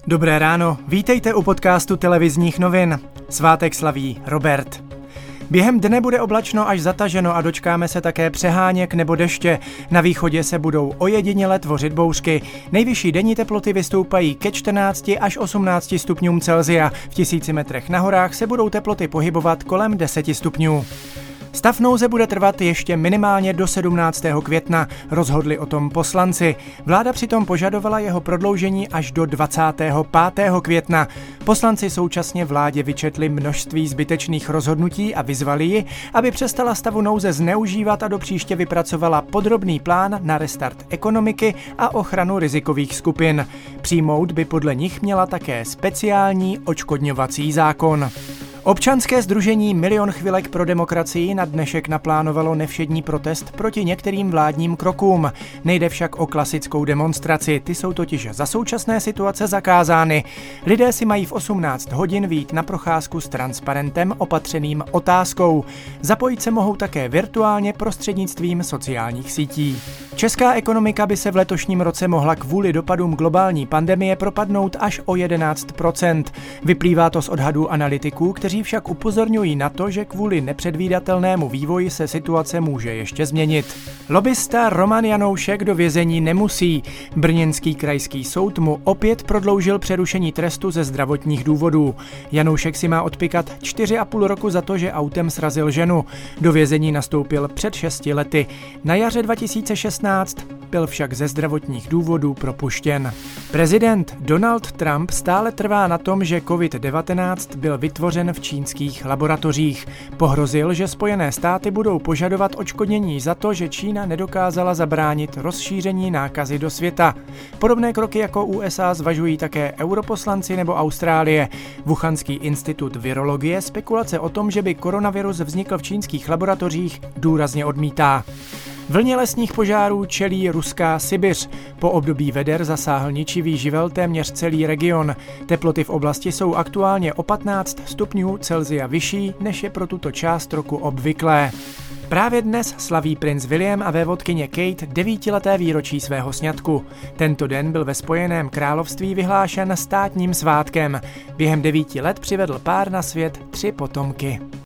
Dobré ráno, vítejte u podcastu televizních novin. Svátek slaví Robert. Během dne bude oblačno až zataženo a dočkáme se také přeháněk nebo deště. Na východě se budou ojediněle tvořit bouřky. Nejvyšší denní teploty vystoupají ke 14 až 18 stupňům Celsia. V 1000 metrech na horách se budou teploty pohybovat kolem 10 stupňů. Stav nouze bude trvat ještě minimálně do 17. května, rozhodli o tom poslanci. Vláda přitom požadovala jeho prodloužení až do 25. května. Poslanci současně vládě vyčetli množství zbytečných rozhodnutí a vyzvali ji, aby přestala stavu nouze zneužívat a do příště vypracovala podrobný plán na restart ekonomiky a ochranu rizikových skupin. Přijmout by podle nich měla také speciální odškodňovací zákon. Občanské sdružení Milion chvilek pro demokracii na dnešek naplánovalo nevšední protest proti některým vládním krokům. Nejde však o klasickou demonstraci, ty jsou totiž za současné situace zakázány. Lidé si mají v 18 hodin vyjít na procházku s transparentem opatřeným otázkou. Zapojit se mohou také virtuálně prostřednictvím sociálních sítí. Česká ekonomika by se v letošním roce mohla kvůli dopadům globální pandemie propadnout až o 11%. Vyplývá to z odhadů analytiků, kteří však upozorňují na to, že kvůli nepředvídatelnému vývoji se situace může ještě změnit. Lobista Roman Janoušek do vězení nemusí. Brněnský krajský soud mu opět prodloužil přerušení trestu ze zdravotních důvodů. Janoušek si má odpikat 4,5 roku za to, že autem srazil ženu. Do vězení nastoupil před 6 lety. Na jaře 2016 byl však ze zdravotních důvodů propuštěn. Prezident Donald Trump stále trvá na tom, že COVID-19 byl vytvořen v čínských laboratořích. Pohrozil, že Spojené státy budou požadovat odškodnění za to, že Čína nedokázala zabránit rozšíření nákazy do světa. Podobné kroky jako USA zvažují také europoslanci nebo Austrálie. Wuhanský institut virologie spekulace o tom, že by koronavirus vznikl v čínských laboratořích, důrazně odmítá. Vlně lesních požárů čelí ruská Sibiř. Po období veder zasáhl ničivý živel téměř celý region. Teploty v oblasti jsou aktuálně o 15 stupňů Celsia vyšší, než je pro tuto část roku obvyklé. Právě dnes slaví princ William a vévodkyně Kate 9leté výročí svého sňatku. Tento den byl ve Spojeném království vyhlášen státním svátkem. Během 9 let přivedl pár na svět 3 potomky.